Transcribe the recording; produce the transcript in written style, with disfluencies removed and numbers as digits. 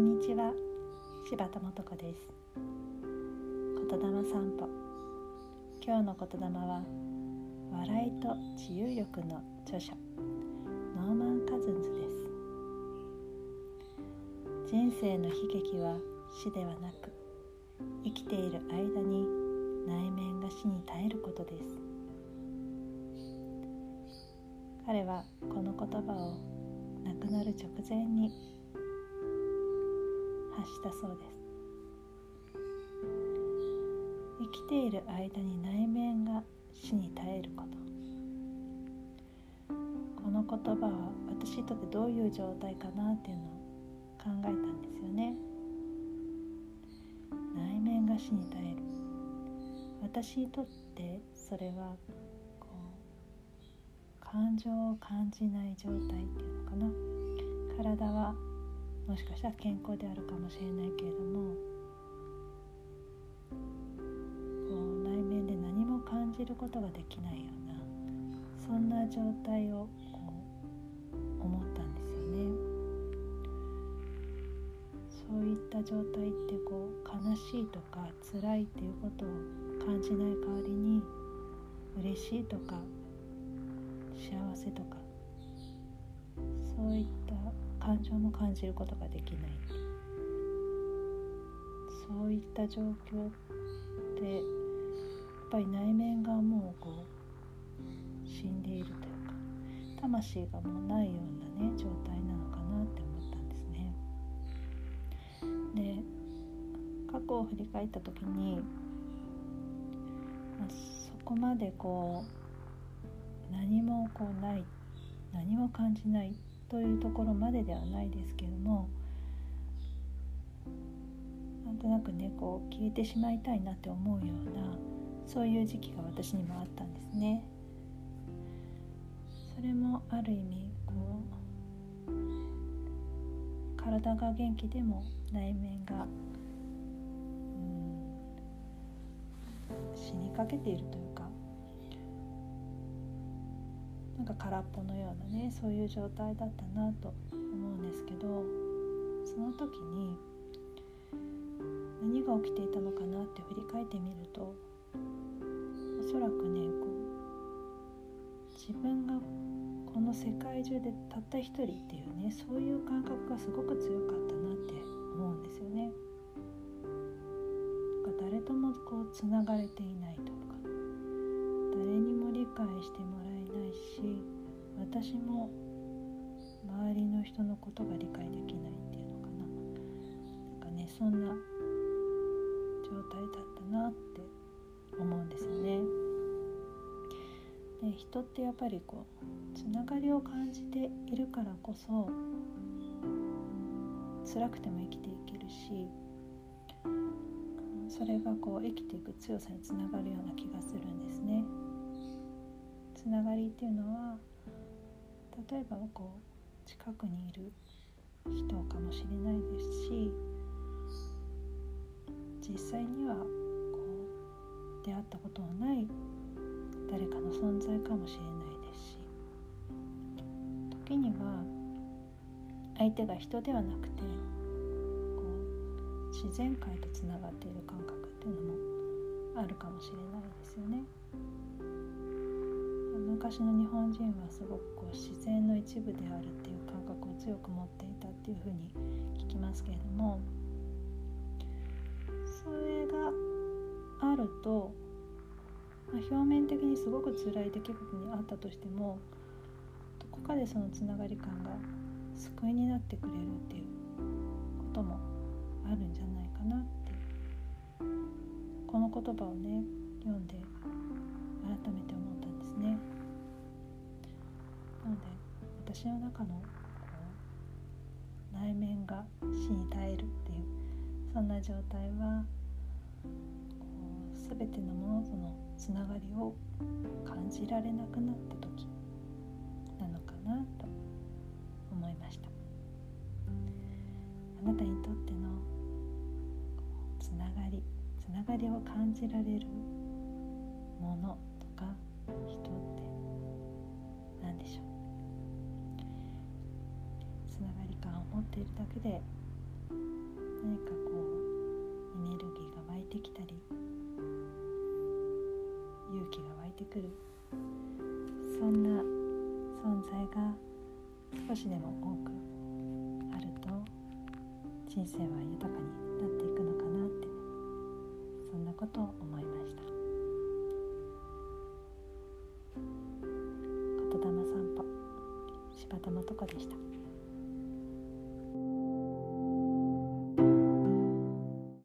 んにちは、柴田素子です。言霊散歩。今日の言霊は笑いと治癒力の著者ノーマン・カズンズです。人生の悲劇は死ではなく、生きている間に内面が死に耐えることです。彼はこの言葉を亡くなる直前に発したそうです。生きている間に内面が死に耐えること。この言葉は私にとってどういう状態かなっていうのを考えたんですよね。内面が死に耐える。私にとってそれは感情を感じない状態っていうのかな。体はもしかしたら健康であるかもしれないけれども、内面で何も感じることができないような、そんな状態を思ったんですよね。そういった状態って悲しいとか辛いっていうことを感じない代わりに、嬉しいとか幸せとかそういった感情も感じることができない。そういった状況ってやっぱり内面がもう死んでいるというか、魂がもうないような状態なのかなって思ったんですね。で、過去を振り返った時に、そこまで何もない、何も感じないというところまでではないですけども、なんとなく消えてしまいたいなって思うような、そういう時期が私にもあったんですね。それもある意味体が元気でも内面が死にかけているというか、空っぽのようなそういう状態だったなと思うんですけど、その時に何が起きていたのかなって振り返ってみると、おそらく自分がこの世界中でたった一人っていうそういう感覚がすごく強かったなって思うんですよね。誰ともつながれていないとか、誰にも理解してもらえないし、私も周りの人のことが理解できないっていうのかな。そんな状態だったなって思うんですよね。で、人ってやっぱりつながりを感じているからこそ、辛くても生きていけるし、それが生きていく強さにつながるような気がするんですね。つながりっていうのは、例えば近くにいる人かもしれないですし、実際には出会ったことのない誰かの存在かもしれないですし、時には相手が人ではなくて自然界とつながっている感覚っていうのもあるかもしれないですよね。昔の日本人はすごく自然の一部であるっていう感覚を強く持っていたっていうふうに聞きますけれども、それがあると、表面的にすごく辛い出来事にあったとしても、どこかでそのつながり感が救いになってくれるっていうこともあるんじゃないかなって、この言葉を読んで改めて思ったんですね。なので、私の中の内面が死に耐えるっていう、そんな状態は全てのものとのつながりを感じられなくなった時なのかなと思いました。あなたにとってのつながりを感じられるものとか人って何でしょう。つながり感を持っているだけで何かエネルギーが湧いてきたり、勇気が湧いてくる、そんな存在が少しでも多くあると人生は豊かになっていくのかなって、そんなことを思いました。言霊散歩、柴田素子でした。